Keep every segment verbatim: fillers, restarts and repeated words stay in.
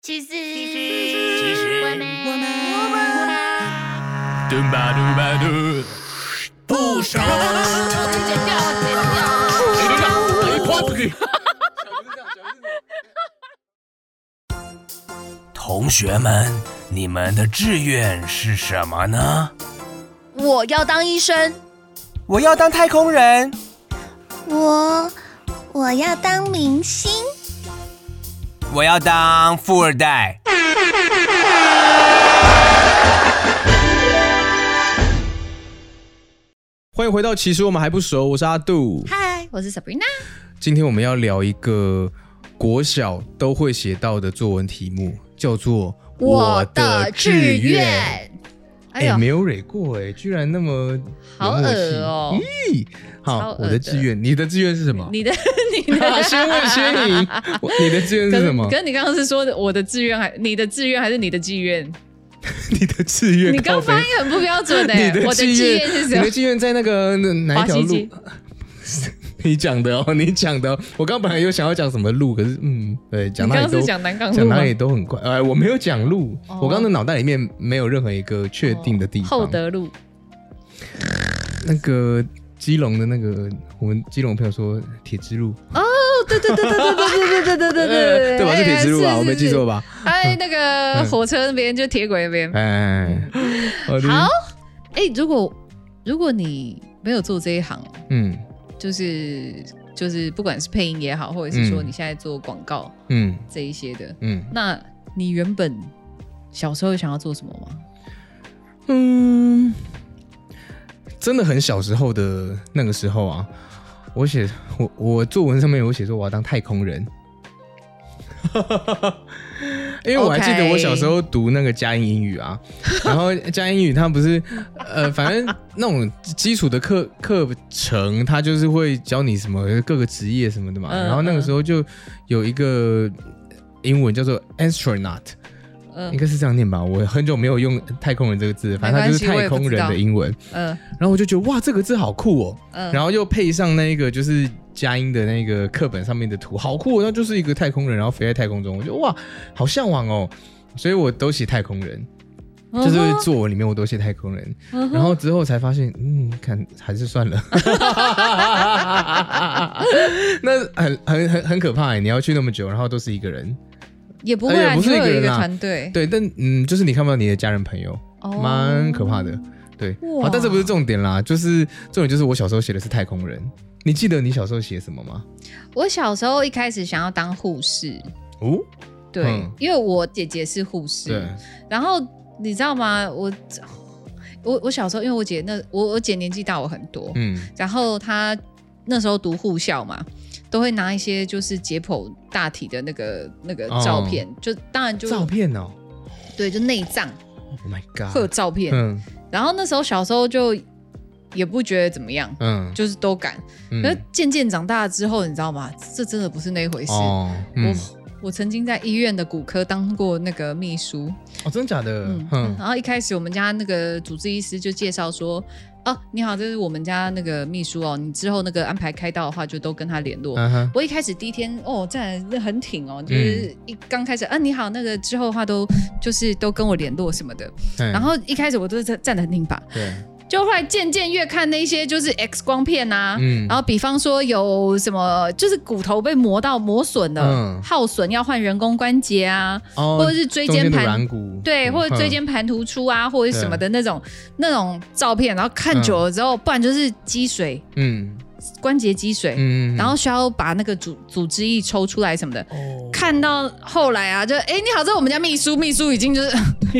其实，其实，我们，我们，我们， 嘟吧嘟吧嘟，不傻。 剪掉，剪掉， 剪掉。同学们，你们的志愿是什么呢？ 我要当医生。 我要当太空人。 我，我要当明星。 我要当富二代。 欢迎回到其实我们还不熟，我是阿杜。 嗨，我是 Sabrina。 今天我们要聊一个国小都会写到的作文题目，叫做我的志愿。 哎呦，没有蕊过哎，居然那么好恶哦！ 咦，好，我的志愿，你的志愿是什么？ 你的，你的， 先问先赢。你的志愿是什么？ 可是你刚刚是说的我的志愿还你的志愿还是你的志愿？ 你的志愿？ 你刚发音很不标准哎！ 你的我的志愿是什么？ 你的志愿在那个哪一条路？你讲的哦，你讲的哦。我刚本来有想要讲什么路，可是嗯，对，讲哪里都你刚刚是讲南港路吗？ 讲哪里都很快。哎，我没有讲路，哦、我刚刚的脑袋里面没有任何一个确定的地方。 厚德路， 那个基隆的那个，我们基隆朋友说铁之路。 哦，对对对对对对对对对对对对， 对吧？是铁之路吧？我没记错吧？ 哎，那个火车那边就铁轨那边。 哎， 好，哎，如果如果你没有做这一行，嗯。就是就是不管是配音也好，或者是说你现在做广告，嗯，这一些的，嗯，那你原本小时候想要做什么吗？ 嗯，真的很小时候的那个时候啊，我写我我作文上面有写说我要当太空人。因为我还记得我小时候读那个佳音英语啊， okay. 然后佳音英语它不是呃，反正那种基础的课课程，它就是会教你什么各个职业什么的嘛。嗯、然后那个时候就有一个英文叫做 astronaut，嗯、应该是这样念吧。我很久没有用太空人这个字，反正它就是太空人的英文。嗯，然后我就觉得哇，这个字好酷哦。嗯，然后又配上那个就是佳音的那个课本上面的图，好酷哦，那就是一个太空人，然后飞在太空中，我觉得哇，好向往哦。所以我都写太空人， uh-huh. 就是作文里面我都写太空人。Uh-huh. 然后之后才发现，嗯，看还是算了。那很很很很可怕哎，你要去那么久，然后都是一个人。 也不会啊， 不是一个人啦，团队对，但嗯，就是你看不到你的家人朋友，蛮、oh. 可怕的，对。好，但这不是重点啦，就是重点就是我小时候写的是太空人。你记得你小时候写什么吗？ 我小时候一开始想要当护士哦，对、嗯，因为我姐姐是护士，对。然后你知道吗？我我我小时候，因为我姐那我我姐年纪大我很多，嗯，然后她那时候读护校嘛。都会拿一些就是解剖大体的那个那个照片，哦、就当然就照片哦， 对，就内脏 ，Oh my god， 会有照片。嗯，然后那时候小时候就也不觉得怎么样，嗯，就是都敢。可是渐渐长大之后，你知道吗？这真的不是那回事。哦嗯、我我曾经在医院的骨科当过那个秘书。 哦，真的假的？ 嗯。嗯然后一开始我们家那个主治医师就介绍说。哦，你好，这是我们家那个秘书哦。你之后那个安排开刀的话，就都跟他联络。Uh-huh. 我一开始第一天哦，站得很挺哦，就是一刚开始，啊，你好，那个之后的话都就是都跟我联络什么的。然后一开始我都是站得很挺吧。对。就后来渐渐越看那些就是 X 光片啊，嗯、然后比方说有什么就是骨头被磨到磨损了、嗯、耗损要换人工关节啊、哦，或者是椎间盘对、嗯，或者椎间盘突出啊，或者什么的那种那种照片，然后看久了之后，嗯、不然就是积水，嗯。关节积水、嗯，然后需要把那个组组织液抽出来什么的。哦、看到后来啊，就哎，你好，这是我们家秘书，秘书已经就是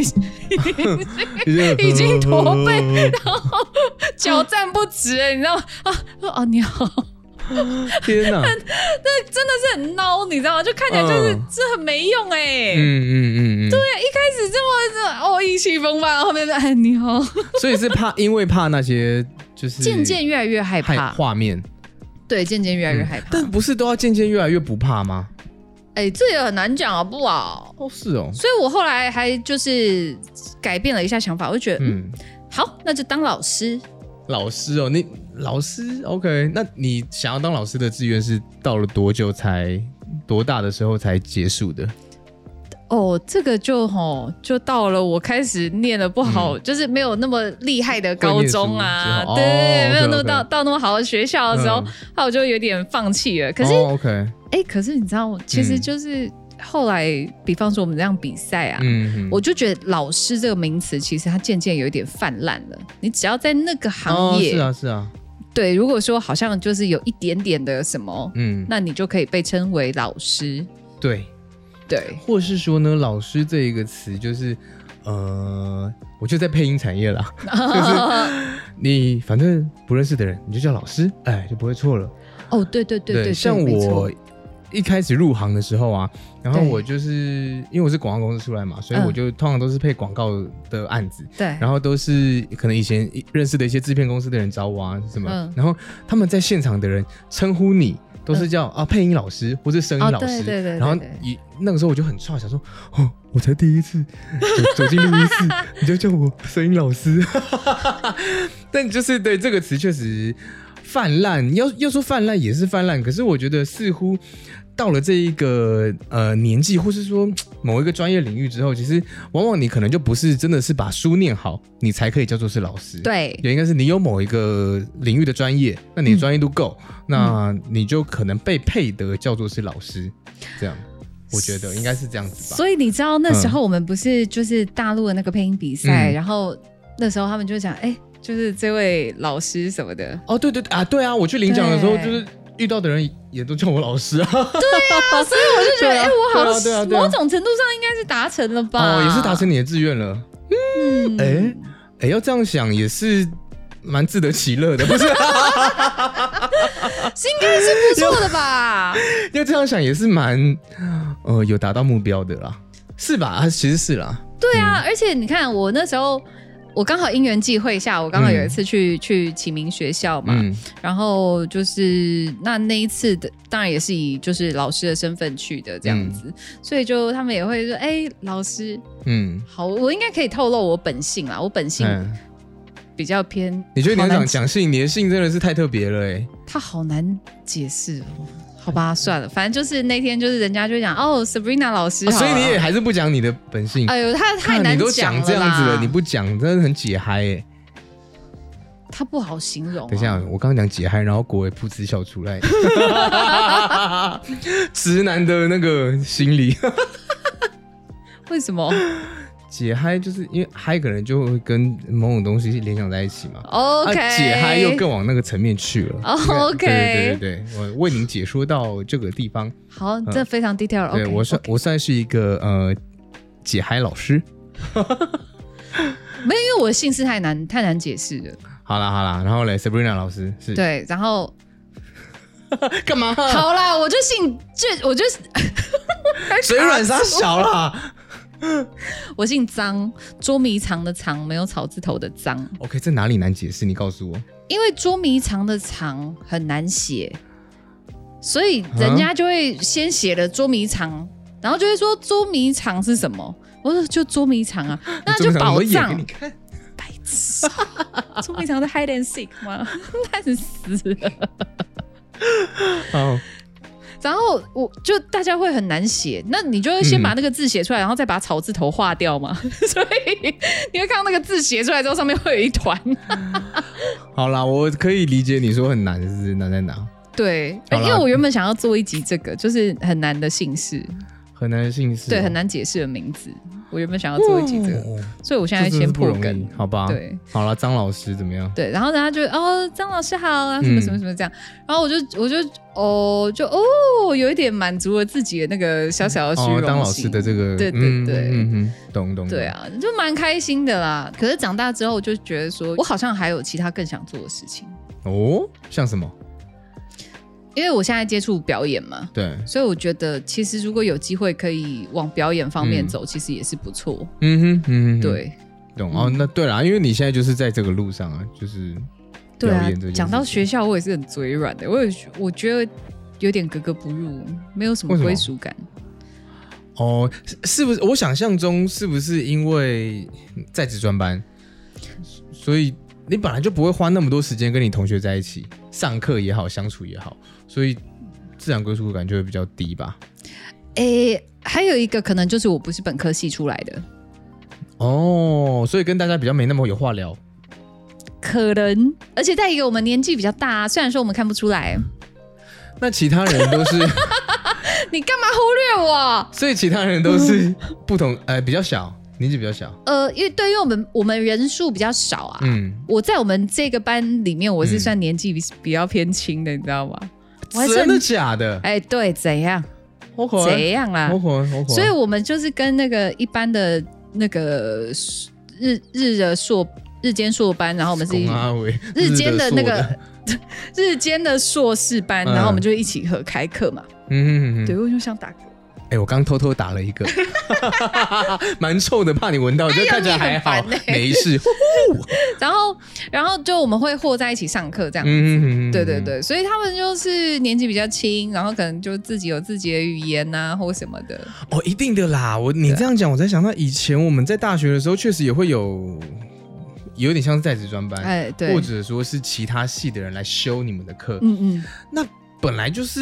已经驼背，然后脚站不直了，你知道吗？啊，哦，你好。 天哪， 那真的是很孬，你知道吗？就看起来就是、嗯、这很没用哎、欸。嗯嗯嗯嗯，对啊，一开始这么哦意气风发，后面就哎你好。 所以是怕，因为怕那些就是渐渐越来越害怕画面。 对，渐渐越来越害怕、嗯。 但不是都要渐渐越来越不怕吗？ 哎、欸，这也很难讲好不好？ 哦，是哦。 所以我后来还就是改变了一下想法，我就觉得，嗯，好，那就当老师。 老师哦，你老师 OK？ 那你想要当老师的志愿是到了多久才多大的时候才结束的？ 哦，这个就吼就到了我开始念了不好，嗯、就是没有那么厉害的高中啊，对，哦、没有那么 okay, okay. 到到那么好的学校的时候，嗯、那我就有点放弃了。可是，哎、哦 okay. 可是你知道，其实就是后来，嗯、比方说我们这样比赛啊，嗯，我就觉得老师这个名词其实它渐渐有一点泛滥了。你只要在那个行业， 哦、是啊是啊， 对，如果说好像就是有一点点的什么，嗯，那你就可以被称为老师， 对。 对， 或是说呢，老师这一个词就是，呃，我就在配音产业啦，就是你反正不认识的人，你就叫老师，哎，就不会错了。 哦，对对对 对, 对， 像我一开始入行的时候啊，然后我就是因为我是广告公司出来嘛，所以我就通常都是配广告的案子，对，然后都是可能以前认识的一些制片公司的人找我啊什么，嗯、然后他们在现场的人称呼你。都是叫、嗯、啊配音老师或是声音老师，哦、对对 对, 对, 对，然后以那个时候我就很差，想说哦，我才第一次走进录音室，你就叫我声音老师，但就是对这个词确实泛滥，要要说泛滥也是泛滥，可是我觉得似乎到了这一个呃年纪，或是说某一个专业领域之后，其实往往你可能就不是真的是把书念好，你才可以叫做是老师。 对， 也应该是你有某一个领域的专业，那你的专业度够，嗯、那你就可能被配得叫做是老师。这样，我觉得应该是这样子吧。 所以你知道那时候我们不是就是大陆的那个配音比赛，嗯、然后那时候他们就讲，哎、欸，就是这位老师什么的。 哦，对对啊，对啊，我去领奖的时候就是。遇到的人也都叫我老师啊，对啊，所以我就觉得，哎、啊欸，我好，对啊对啊对啊、某种程度上应该是达成了吧？ 哦，也是达成你的志愿了。嗯，哎哎、欸欸，要这样想也是蛮自得其乐的，不是？是应该是不错的吧？ 要这样想也是蛮呃有达到目标的啦，是吧？啊，其实是啦。 对啊，嗯、而且你看我那时候。我刚好因缘际会下，我刚好有一次去、嗯、去启明学校嘛，嗯、然后就是那那一次的，当然也是以就是老师的身份去的这样子，嗯、所以就他们也会说，哎、欸，老师，嗯，好，我应该可以透露我本性啦，我本性比较偏。嗯、 你觉得你想讲姓，你的姓真的是太特别了哎、欸， 他好难解释哦。好吧，算了，反正就是那天就是人家就讲哦 ，Sabrina 老师、啊， 所以你也还是不讲你的本性。 哎呦，他太难讲了啦，你都讲这样子了，你不讲真的很解嗨哎、欸。 他不好形容、啊。 等一下，我刚刚讲解嗨，然后国伟噗嗤笑出来，直男的那个心理。 为什么？ 解嗨就是因为嗨可能就会跟某种东西联想在一起嘛。 OK，、 啊、解嗨又更往那个层面去了。 Oh, OK， 对对对对，我为您解说到这个地方。 好，嗯、这非常 detail。 对、okay, 我算 okay. 我算是一个呃解嗨老师。 没有，因为我的姓氏太难太难解释了。 好啦好啦，然后嘞 ，Sabrina 老师是。 对，然后干嘛？ 好啦，我就姓就我就嘴软傻小啦。 我姓张，捉迷藏的藏，没有草字头的张。 OK， 这哪里难解释？你告诉我。 因为捉迷藏的藏很难写，所以人家就会先写了捉迷藏，然后就会说捉迷藏是什么？我说就捉迷藏啊，那就宝藏。你看，白痴，捉迷藏是 hide and seek 吗？烂死了。 好。 然后我就大家会很难写，那你就会先把那个字写出来，嗯、然后再把草字頭劃掉嘛。所以你会看到那个字写出来之后，上面会有一团。 好啦，我可以理解你说很难，是难在哪？ 对，因为我原本想要做一集这个，就是很难的姓氏， 很难的姓氏， 对，很难解释的名字。我原本想要做一集这个，哦、所以我现在先破梗， 好吧？ 对， 好了，张老师怎么样？ 对，然后大家就哦，张老师好啊，什么什么什么这样，嗯、然后我就我就哦就哦，有一点满足了自己的那个小小的虚荣心。哦，当老师的这个， 对对对， 嗯嗯，懂懂。 对啊，就蛮开心的啦。可是长大之后，就觉得说我好像还有其他更想做的事情。 哦，像什么？ 因为我现在接触表演嘛， 对， 所以我觉得其实如果有机会可以往表演方面走，嗯、其实也是不错。 嗯哼，嗯哼， 对， 懂、嗯、哦。那对啦，因为你现在就是在这个路上啊，就是表演这件事情。对啊， 讲到学校，我也是很嘴软的，我也我觉得有点格格不入，没有什么归属感。 哦，是不是？我想象中是不是因为在职专班，所以你本来就不会花那么多时间跟你同学在一起上课也好，相处也好。所以自然归属感就会比较低吧。 诶，还有一个可能就是我不是本科系出来的。 哦，所以跟大家比较没那么有话聊。 可能，而且再一个我们年纪比较大，虽然说我们看不出来。 那其他人都是你干嘛忽略我？ 所以其他人都是不同，呃，比较小，年纪比较小。 呃，因为对，因为我们我们人数比较少啊。嗯，我在我们这个班里面，我是算年纪比、嗯、比较偏轻的，你知道吗？ 真的假的？ 哎，对，怎样？怎样啦？所以我们就是跟那个一般的那个日日的硕日间硕班，然后我们是日间的那个日间的硕士班，然后我们就一起合开课嘛。嗯，对，我就想打嗝。 哎、欸，我刚偷偷打了一个，蛮臭的，怕你闻到，就看起来还好，欸、没事。 然后，然后就我们会和在一起上课这样子。嗯、对对对，所以他们就是年纪比较轻，然后可能就自己有自己的语言啊，或什么的。 哦，一定的啦！我你这样讲，我才想到以前我们在大学的时候，确实也会有。有点像是在职专班，哎，对，或者说是其他系的人来修你们的课，嗯嗯，那本来就是，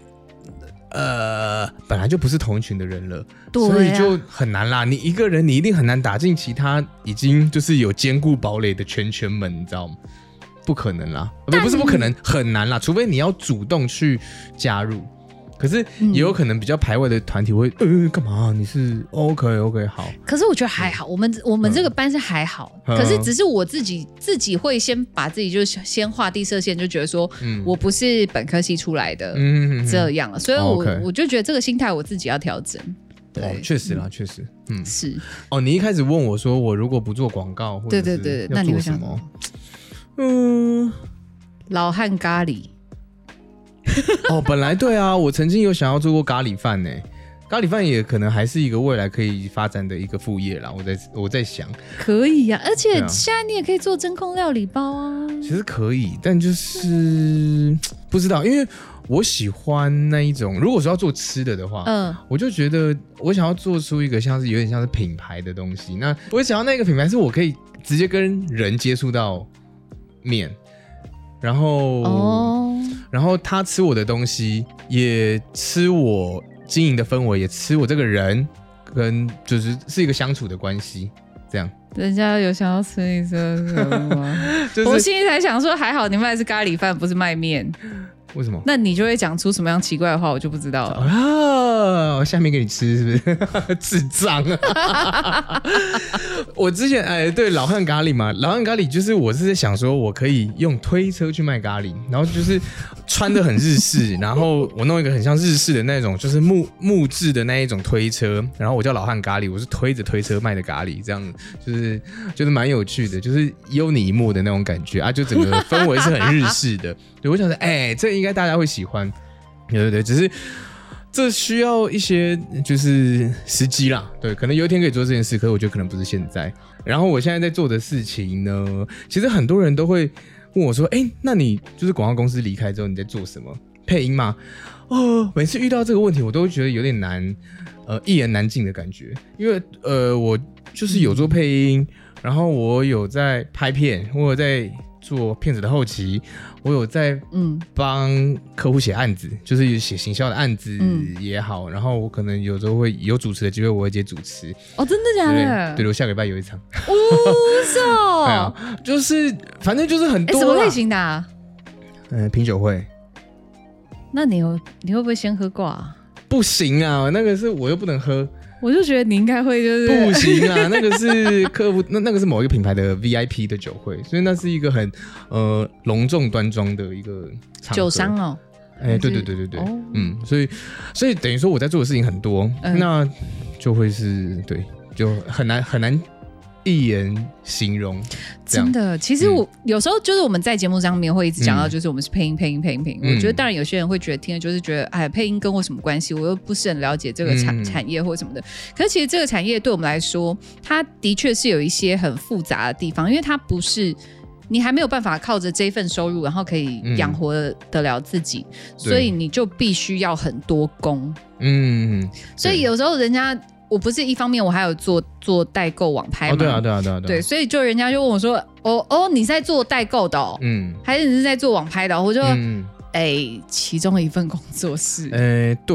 呃，本来就不是同一群的人了，对啊，所以就很难啦。你一个人，你一定很难打进其他已经就是有坚固堡垒的圈圈们，你知道吗？不可能啦，不不是不可能，很难啦，除非你要主动去加入。可是也有可能比较排外的团体会，嗯、呃，干嘛？你是 OK OK 好。 可是我觉得还好，我们我们这个班是还好，嗯、可是只是我自己自己会先把自己就先画地设限，就觉得说、嗯、我不是本科系出来的，嗯、这样了，所以我、okay. 我就觉得这个心态我自己要调整。 对，确、哦、实啦，确、嗯、实，嗯， 是。 哦，你一开始问我说，我如果不做广告，或者是对对对， 那你会想什么？嗯，老汉咖喱。 哦，本来对啊，我曾经有想要做过咖喱饭呢，咖喱饭也可能还是一个未来可以发展的一个副业啦。我在我在想， 可以啊，而且现在你也可以做真空料理包啊。 其实可以，但就是不知道，因为我喜欢那一种，如果说要做吃的的话，嗯，我就觉得我想要做出一个像是有点像是品牌的东西。那我想要那个品牌是我可以直接跟人接触到面，然后哦。然后他吃我的东西，也吃我经营的氛围，也吃我这个人，跟就是是一个相处的关系，这样。 人家有想要吃你这个吗？就是、我心里才想说，还好你卖的是咖喱饭，不是卖面。 为什么？ 那你就会讲出什么样奇怪的话，我就不知道了。 啊，我下面给你吃是不是？智障啊！我之前哎，对老汉咖喱嘛，老汉咖喱就是我是在想说，我可以用推车去卖咖喱，然后就是穿得很日式，然后我弄一个很像日式的那种，就是木木质的那一种推车，然后我叫老汉咖喱，我是推着推车卖的咖喱，这样就是就是蛮有趣的，就是优你一幕的那种感觉啊，就整个氛围是很日式的。对，我想说，哎，这应该大家会喜欢，对对对，只是这需要一些就是时机啦，对，可能有一天可以做这件事，可是我觉得可能不是现在。然后我现在在做的事情呢，其实很多人都会问我说，哎，那你就是广告公司离开之后你在做什么？配音吗？哦，每次遇到这个问题，我都会觉得有点难，呃，一言难尽的感觉，因为呃，我就是有做配音，然后我有在拍片，我有在做片子的后期，我有在嗯帮客户写案子，就是写行销的案子也好，嗯、然后我可能有时候会有主持的机会，我会接主持。 哦，真的假的？ 对，我下个礼拜有一场。 哦，是哦。对啊，就是反正就是很多。 什么类型的啊？ 呃，品酒会。 那你有你会不会先喝挂、啊？ 不行啊，那个是我又不能喝。 我就觉得你应该会，就是不行啊，那个是客户，那那个是某一个品牌的 V I P 的酒会，所以那是一个很呃隆重端庄的一个场合酒商哦。 哎、欸，对对对对对，哦、嗯，所以所以等于说我在做的事情很多，嗯、那就会是对，就很难很难一言形容。 真的，其实我、嗯、有时候就是我们在节目上面会一直讲到，就是我们是配音配音配音配音。嗯、我觉得当然有些人会觉得听了就是觉得，哎，配音跟我什么关系？我又不是很了解这个产、嗯、产业或什么的。可是其实这个产业对我们来说，它的确是有一些很复杂的地方，因为它不是你还没有办法靠着这份收入，然后可以养活得了自己，嗯、所以你就必须要很多工。嗯，所以有时候人家。我不是一方面，我还有做做代购网拍嘛？ 哦，对啊，对啊，对啊，对啊。 对，所以就人家就问我说：“哦哦，你是在做代购的哦？嗯，还是你是在做网拍的、哦？”我就，哎、嗯欸，其中一份工作室。 哎、欸，对，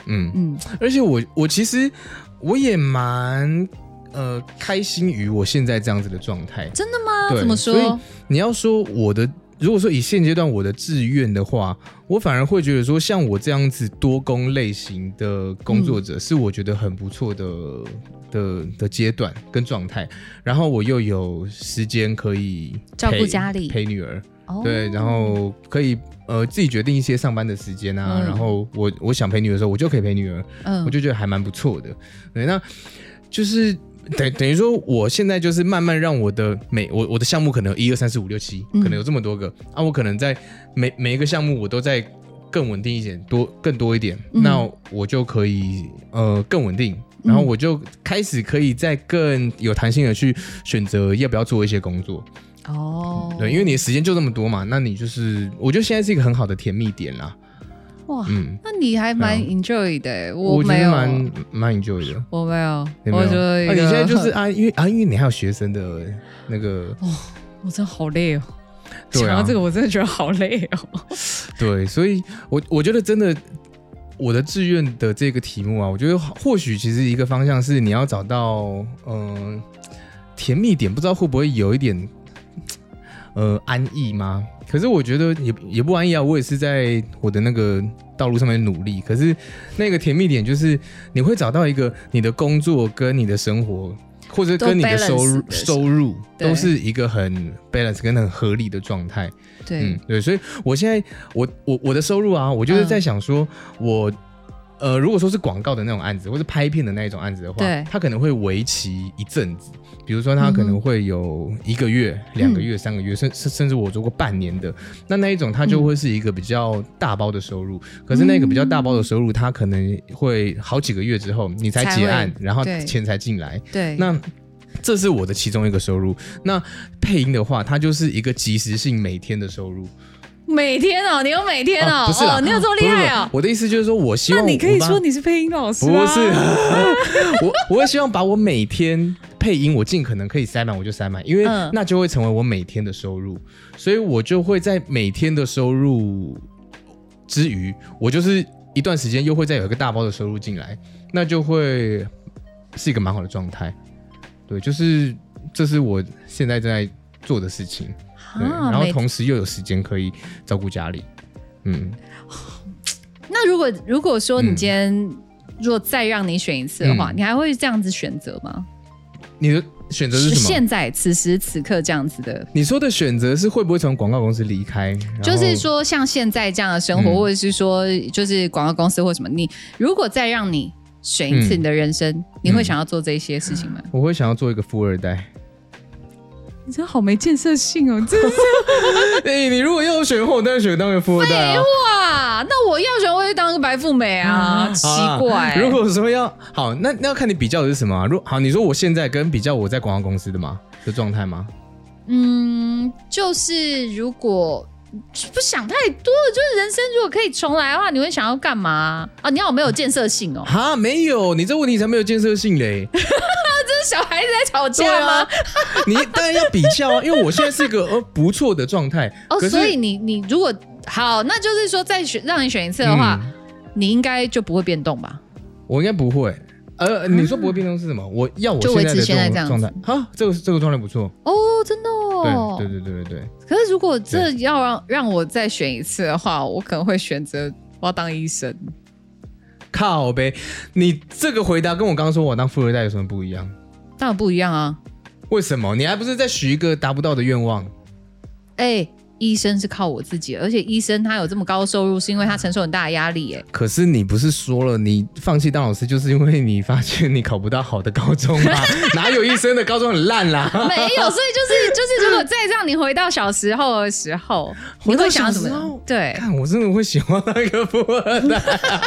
嗯嗯，而且我我其实我也蛮呃开心于我现在这样子的状态。 真的吗？怎么说？ 所以你要说我的。如果说以现阶段我的志愿的话，我反而会觉得说，像我这样子多工类型的工作者，是我觉得很不错的、嗯、的的阶段跟状态。然后我又有时间可以照顾家里、 陪女儿，哦、对，然后可以呃自己决定一些上班的时间啊。嗯、然后我我想陪女儿的时候，我就可以陪女儿，嗯、我就觉得还蛮不错的。对，那就是。等等于说，我现在就是慢慢让我的每我我的项目可能有一二三四五六七，可能有这么多个、嗯、啊，我可能在每每一个项目我都在更稳定一点，多更多一点，嗯、那我就可以呃更稳定，然后我就开始可以再更有弹性的去选择要不要做一些工作。哦，对，因为你的时间就这么多嘛，那你就是我觉得现在是一个很好的甜蜜点啦。 哇，嗯，那你还蛮 enjoy 的、欸，我没有， 蛮蛮 enjoy 的， 我没有， 有没有我觉得、 啊、你现在就是啊，因为啊，因为你还有学生的那个， 哦，我真的好累哦， 对啊， 讲到这个我真的觉得好累哦， 对，所以我我觉得真的，我的志愿的这个题目啊，我觉得或许其实一个方向是你要找到嗯、呃、甜蜜点，不知道会不会有一点呃安逸吗？可是我觉得也也不安逸啊，我也是在我的那个道路上面努力。可是那个甜蜜点就是你会找到一个你的工作跟你的生活，或者跟你的收入收入都是一个很 balance 跟很合理的状态。 对， 嗯，对，所以我现在我我我的收入啊，我就是在想说，我呃如果说是广告的那种案子，或是拍片的那一种案子的话， 对， 它可能会为期一阵子。比如说他可能会有一个月、嗯、两个月、三个月，甚甚至我做过半年的，那那一种它就会是一个比较大包的收入。嗯、可是那个比较大包的收入，它可能会好几个月之后你才结案，然后钱才进来。 对， 那这是我的其中一个收入。那配音的话，它就是一个即时性每天的收入。 每天哦，你有每天哦， 啊、不是啦、 哦，你有这么厉害哦！ 我的意思就是说，我希望那你可以说你是配音老师啊？不是，我我会希望把我每天配音，我尽可能可以塞满，我就塞满，因为那就会成为我每天的收入，所以我就会在每天的收入之余，我就是一段时间又会再有一个大包的收入进来，那就会是一个蛮好的状态。对，就是这是我现在正在做的事情。对，然后同时又有时间可以照顾家里，嗯。 那如果如果说你今天、嗯、如果再让你选一次的话，嗯、你还会这样子选择吗？ 你的选择是什么？ 现在此时此刻这样子的。 你说的选择是会不会从广告公司离开？ 就是说像现在这样的生活，嗯、或者是说就是广告公司或什么，你如果再让你选一次你的人生，嗯、你会想要做这些事情吗？ 我会想要做一个富二代。 你真的好没建设性哦！真的是， 欸，你如果要选的话，我当然选当个富二代啊！ 废话，那我要选，我会当个白富美啊！嗯、奇怪，欸。 如果说要好，那那要看你比较的是什么啊？如好，你说我现在跟比较我在广告公司的吗的状态吗？ 嗯，就是如果不想太多，就是人生如果可以重来的话，你会想要干嘛啊？你要有没有建设性哦？ 哈，没有，你这问题才没有建设性嘞。 这是小孩子在吵架吗？ 啊、你当然要比较啊，因为我现在是一个呃不错的状态哦，所以你你如果好，那就是说再选让你选一次的话，嗯、你应该就不会变动吧？ 我应该不会。呃，你说不会变动是什么？我要我现在的这种状态啊，这个这个状态不错哦，真的哦， 对对对对对对。 可是如果这要让让我再选一次的话，我可能会选择我要当医生。 靠呗，你这个回答跟我刚刚说我当富二代有什么不一样？ 当然不一样啊！ 为什么？你还不是在许一个达不到的愿望？ 哎、欸，医生是靠我自己，而且医生他有这么高的收入，是因为他承受很大的压力。哎， 可是你不是说了，你放弃当老师就是因为你发现你考不到好的高中吗？哪有医生的高中很烂啦？ 没有，所以就是就是，如果再让你回到小时候的时候，你会想要怎么样？对， 看我真的会喜欢那个富二代。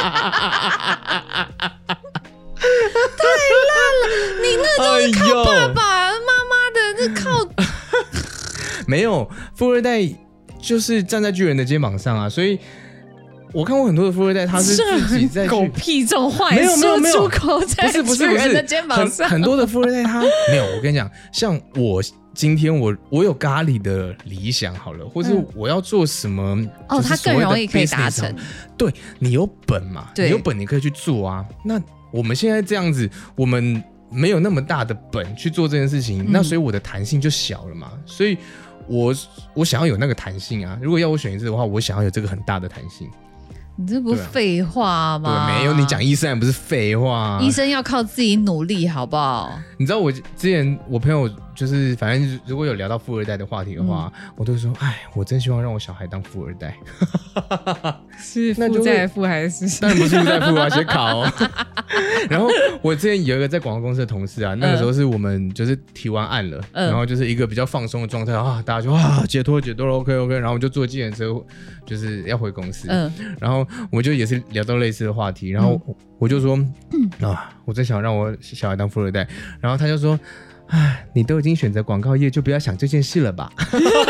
太烂了！你那就是靠爸爸、妈妈的，那靠没有富二代就是站在巨人的肩膀上啊，所以我看过很多的富二代，他是自己在去狗屁这种话说出口，在巨人的肩膀上， 很, 很多的富二代他没有。我跟你讲，像我今天我我有咖喱的理想好了，或是我要做什么、嗯、 哦，它更容易可以达成。 对，你有本嘛，你有本你可以去做啊。那我们现在这样子，我们没有那么大的本去做这件事情，嗯、那所以我的弹性就小了嘛。所以我我想要有那个弹性啊。如果要我选一次的话，我想要有这个很大的弹性。 你这不是废话吗？ 对，没有，你讲医生也不是废话、啊。 医生要靠自己努力，好不好？ 你知道我之前我朋友就是反正如果有聊到富二代的话题的话，嗯、我都会说，哎，我真希望让我小孩当富二代。 是负债富还是？ 当然不是负债富啊，写考、哦。然后我之前有一个在广告公司的同事啊，那个时候是我们就是提完案了，嗯、然后就是一个比较放松的状态啊，大家就啊解脱解脱了 ，OK OK， 然后我们就坐计程车就是要回公司，嗯，然后我们就也是聊到类似的话题，然后我就说、嗯、啊，我真想让我小孩当富二代，然后他就说，哎，你都已经选择广告业，就不要想这件事了吧。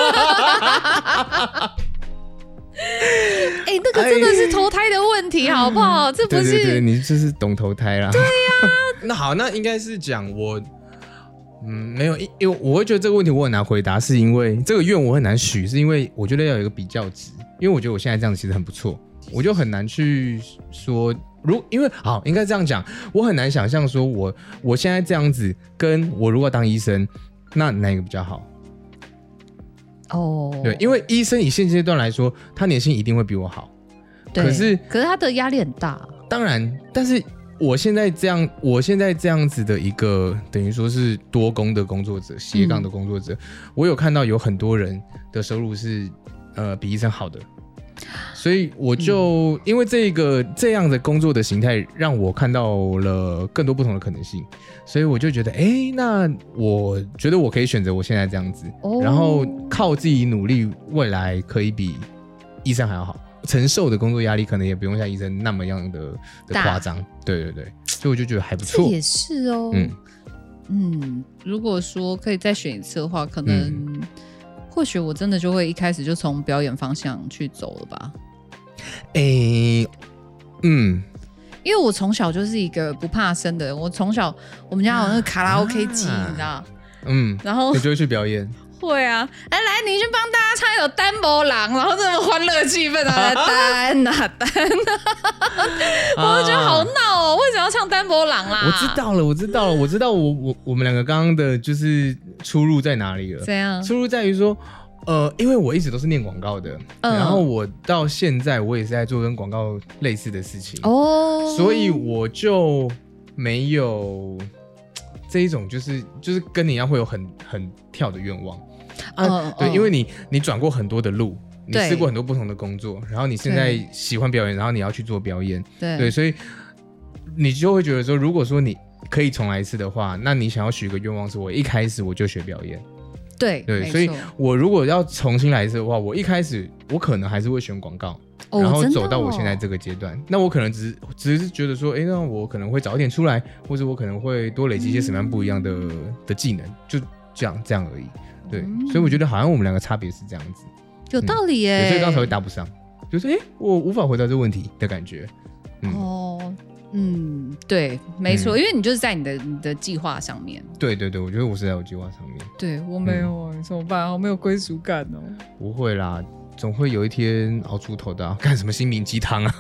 哎、欸，那个真的是投胎的问题，好不好？这不是对对对，你就是懂投胎啦。对呀、啊。那好，那应该是讲我，嗯，没有，因为我会觉得这个问题我很难回答，是因为这个愿我很难许，是因为我觉得要有一个比较值，因为我觉得我现在这样子其实很不错，我就很难去说，如因为好应该这样讲，我很难想象说我我现在这样子，跟我如果当医生，那哪一个比较好？ 哦， 对，因为医生以现阶段来说，他年薪一定会比我好， 对， 可是可是他的压力很大。 当然，但是我现在这样，我现在这样子的一个等于说是多工的工作者，斜杠的工作者，嗯、我有看到有很多人的收入是呃比医生好的，所以我就、嗯、因为这个这样的工作的形态，让我看到了更多不同的可能性，所以我就觉得，哎，那我觉得我可以选择我现在这样子，哦、然后靠自己努力，未来可以比医生还要好。承受的工作压力可能也不用像医生那么样的的夸张，对对对，所以我就觉得还不错。 这也是哦，嗯嗯，如果说可以再选一次的话，可能、嗯、或许我真的就会一开始就从表演方向去走了吧。 诶，嗯， 因为我从小就是一个不怕生的人，我从小我们家有那个卡拉 OK 机，啊、你知道， 嗯， 然后你就会去表演。 会啊，来来，你去帮大家唱有单薄郎，然后这么欢乐气氛啊，单啊单啊，我就觉得好闹哦，为什么要唱单薄郎啦？ 我知道了，我知道了，我知道我我我们两个刚刚的就是出入在哪里了？ 怎样？ 出入在于说，呃，因为我一直都是念广告的，嗯、然后我到现在我也是在做跟广告类似的事情哦，所以我就没有这一种就是就是跟你一样会有很很跳的愿望。啊，哦、对，哦、因为你你转过很多的路，你试过很多不同的工作，然后你现在喜欢表演，然后你要去做表演，对，对，所以你就会觉得说，如果说你可以重来一次的话，那你想要许一个愿望是，我一开始我就学表演， 对对，所以我如果要重新来一次的话，我一开始我可能还是会选广告。 哦、 然后走到我现在这个阶段，哦、那我可能只是只是觉得说，哎，那我可能会早一点出来，或者我可能会多累积一些什么样不一样的、嗯、的技能，就这样这样而已。对，嗯、所以我觉得好像我们两个差别是这样子， 有道理耶。 嗯、所以刚才会答不上，就是哎，我无法回答这个问题的感觉。 嗯、哦，嗯，对，没错，嗯、因为你就是在你的你的计划上面。 对对对，我觉得我是在我计划上面。 对我没有，嗯、怎么办？好没有归属感哦。 不会啦。总会有一天熬出头的、啊，干什么心灵鸡汤啊？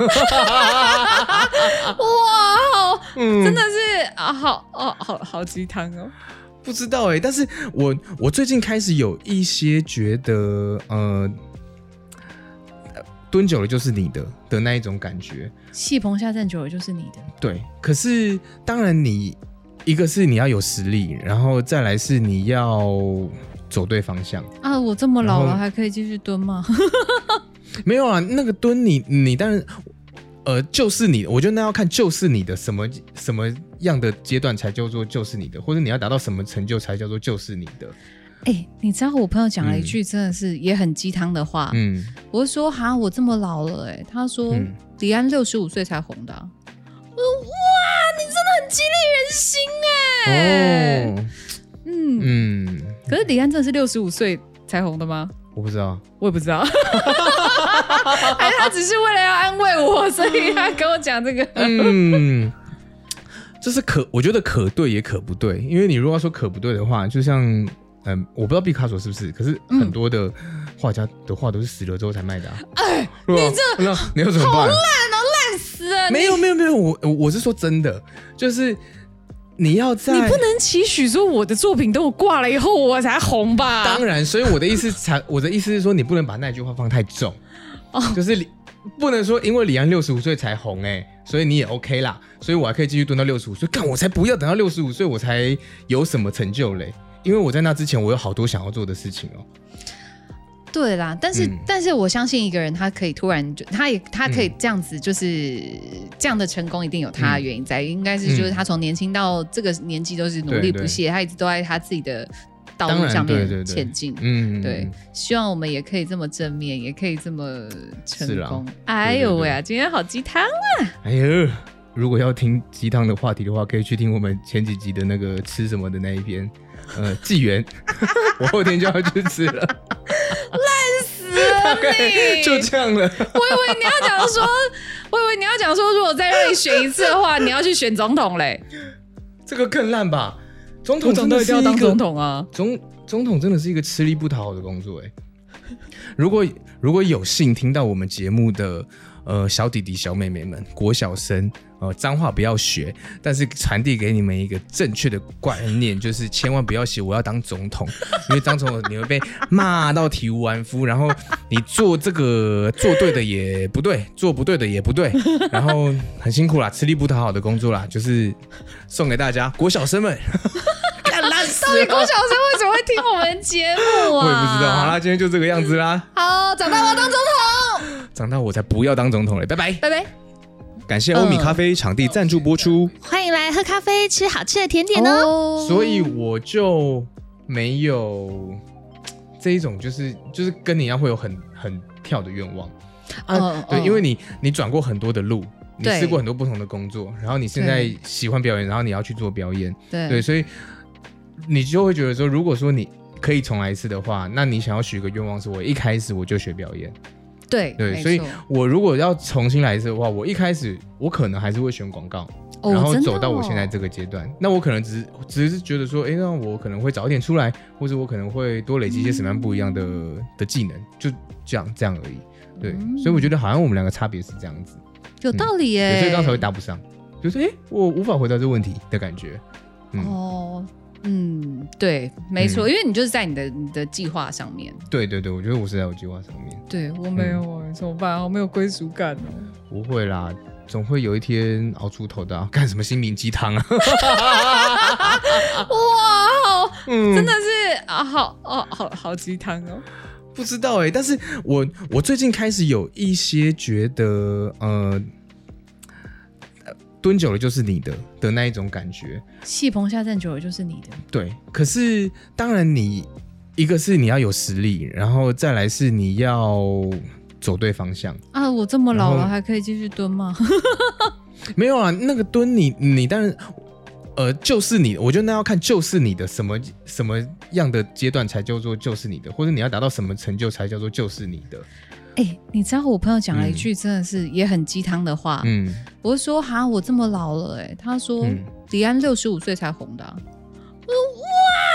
哇，嗯、真的是啊，好哦，好好鸡汤哦。 不知道哎、欸，但是我我最近开始有一些觉得，呃，蹲久了就是你的的那一种感觉， 戏棚下站久了就是你的。 对，可是当然你一个是你要有实力，然后再来是你要走对方向啊！我这么老了还可以继续蹲吗？ 没有啊，那个蹲你你当然呃就是你，我觉得那要看就是你的什么什么样的阶段才叫做就是你的，或者你要达到什么成就才叫做就是你的。 哎、欸，你知道我朋友讲了一句真的是也很鸡汤的话，嗯，我就说哈我这么老了、欸，哎，他说、嗯、李安六十五岁才红的、啊，我说哇，你真的很激励人心哎、欸，哦，嗯嗯。可是李安真的是六十五岁才红的吗？ 我不知道， 我也不知道，还是他只是为了要安慰我，所以他跟我讲这个。 嗯，这是可，我觉得可对也可不对，因为你如果要说可不对的话，就像嗯，我不知道毕卡索是不是，可是很多的画家的画都是死了之后才卖的啊。哎、欸，你这那你要怎么办？ 好烂哦，烂死了！ 没有没有没有，我我是说真的，就是你要在你不能期许说我的作品等我挂了以后我才红吧？ 当然，所以我的意思才我的意思是说，你不能把那句话放太重，哦、就是李不能说因为李安六十五岁才红哎、欸，所以你也 OK 啦，所以我还可以继续蹲到六十五岁，干我才不要等到六十五岁我才有什么成就嘞。因为我在那之前，我有好多想要做的事情哦。 对啦，但是、嗯、但是我相信一个人，他可以突然就，他也他可以这样子，就是、嗯、这样的成功，一定有他的原因在，嗯、应该是就是他从年轻到这个年纪都是努力不懈，他一直都在他自己的道路上面前进。嗯，对，希望我们也可以这么正面，也可以这么成功。哎呦喂啊，今天好鸡汤啊！ 哎呦。如果要听鸡汤的话题的话，可以去听我们前几集的那个吃什么的那一篇，呃，纪元，我后天就要去吃了， 烂死了你， 就这样了。我以为你要讲说，我以为你要讲说，如果再让你选一次的话，你要去选总统嘞。 这个更烂吧？总统真的是一个一定要当总统啊！ 总总统真的是一个吃力不讨好的工作哎。如果如果有幸听到我们节目的呃小弟弟小妹妹们，国小生。呃，脏话不要学，但是传递给你们一个正确的观念，就是千万不要写我要当总统，因为当总统你会被骂到体无完肤，然后你做这个做对的也不对，做不对的也不对，然后很辛苦啦，吃力不讨好的工作啦，就是送给大家国小生们。 烂死了！到底国小生为什么会听我们节目啊？ 我也不知道。好啦，今天就这个样子啦。 好，长大我要当总统。 长大我才不要当总统嘞！拜拜， 拜拜。 感谢欧米咖啡场地赞助播出， 欢迎来喝咖啡，吃好吃的甜点哦。 所以我就没有这一种，就是就是跟你一样会有很很跳的愿望啊。哦、对，哦、因为你你转过很多的路，你试过很多不同的工作，然后你现在喜欢表演，然后你要去做表演，对对，所以你就会觉得说，如果说你可以重来一次的话，那你想要许个愿望是，我一开始我就学表演。 对对，所以我如果要重新来一次的话，我一开始我可能还是会选广告， 哦、 然后走到我现在这个阶段。哦、那我可能只是只是觉得说，哎，那我可能会早一点出来，或者我可能会多累积一些什么样不一样的、嗯、的技能，就这样这样而已。对，嗯、所以我觉得好像我们两个差别是这样子， 有道理耶。 嗯、所以刚才会答不上，就是哎，我无法回答这个问题的感觉。 嗯、哦。嗯，对，没错、嗯，因为你就是在你的你的计划上面。 对对对，我觉得我是在我计划上面。 对我没有啊、嗯，怎么办？好没有归属感哦。 不会啦，总会有一天熬出头的、啊。干什么心灵鸡汤啊？ 哇，好，嗯、真的是啊，好哦，好好鸡汤哦。 不知道哎、欸，但是我我最近开始有一些觉得呃。蹲久了就是你的的那一种感觉， 戏棚下站久了就是你的。 对，可是当然你一个是你要有实力，然后再来是你要走对方向啊。我这么老了还可以继续蹲吗？ 没有啊，那个蹲你你当然呃就是你，我觉得那要看就是你的什么什么样的阶段才叫做就是你的，或者你要达到什么成就才叫做就是你的。 哎、欸，你知道我朋友讲了一句真的是也很鸡汤的话，嗯，我就说哈，我这么老了、欸，哎，他说、嗯、李安六十五岁才红的、啊，我说哇，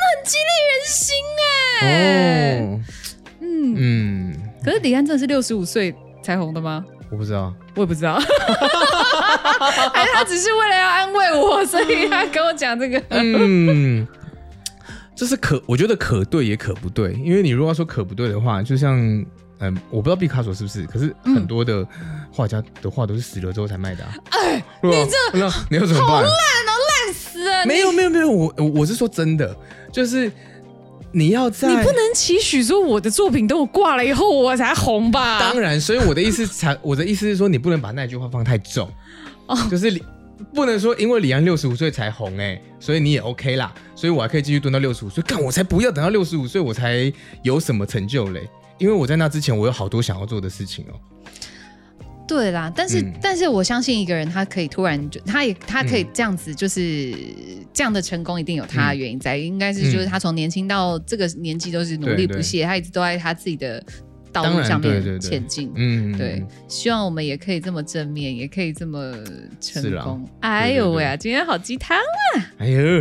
你真的很激励人心哎、欸，哦，嗯嗯，可是李安真的是六十五岁才红的吗？ 我不知道， 我也不知道，还是他只是为了要安慰我，所以他跟我讲这个， 嗯。这是可，我觉得可对也可不对，因为你如果要说可不对的话，就像嗯，我不知道毕卡索是不是，可是很多的画家的画都是死了之后才卖的啊。 哎、欸，你这那你要怎么办？ 好烂哦，烂死了！ 没有没有没有，我我是说真的，就是你要在你不能期许说我的作品等我挂了以后我才红吧？ 当然，所以我的意思才我的意思是说，你不能把那句话放太重，哦、就是你。不能说因为李安六十五岁才红哎、欸，所以你也 OK 啦，所以我还可以继续蹲到六十五岁，干我才不要等到六十五岁我才有什么成就嘞，因为我在那之前我有好多想要做的事情哦。 对啦，但是、嗯、但是我相信一个人他可以突然就他也他可以这样子，就是这样的成功一定有他的原因在，嗯、应该是就是他从年轻到这个年纪都是努力不懈，他一直都在他自己的道路上面前进，嗯，对，希望我们也可以这么正面，也可以这么成功。哎呦喂啊，今天好鸡汤啊！ 哎呦，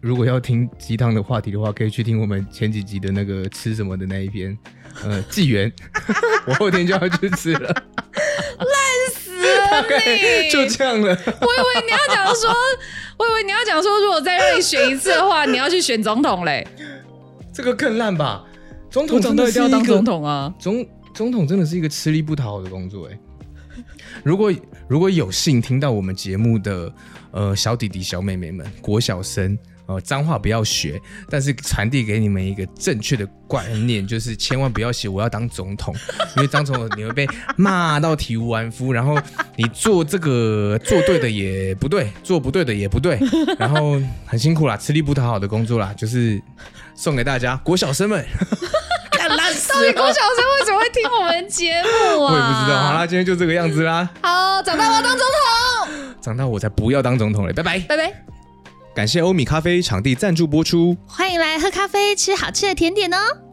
如果要听鸡汤的话题的话，可以去听我们前几集的那个吃什么的那一篇，呃，纪元，我后天就要去吃了， 烂死了你， 就这样了。我以为你要讲说，我以为你要讲说，如果再让你选一次的话，你要去选总统嘞。 这个更烂吧？总统真的是一定要当总统啊！ 总总统真的是一个吃力不讨好的工作哎。如果如果有幸听到我们节目的呃小弟弟小妹妹们，国小生。呃，脏话不要学，但是传递给你们一个正确的观念，就是千万不要写我要当总统，因为当总统你会被骂到体无完肤，然后你做这个做对的也不对，做不对的也不对，然后很辛苦啦，吃力不讨好的工作啦，就是送给大家国小生们。 干烂死了！到底国小生为什么会听我们节目啊？ 我也不知道。好啦，今天就这个样子啦。 好，长大我要当总统。 长大我才不要当总统嘞！拜拜， 拜拜。 感谢欧米咖啡场地赞助播出， 欢迎来喝咖啡，吃好吃的甜点哦。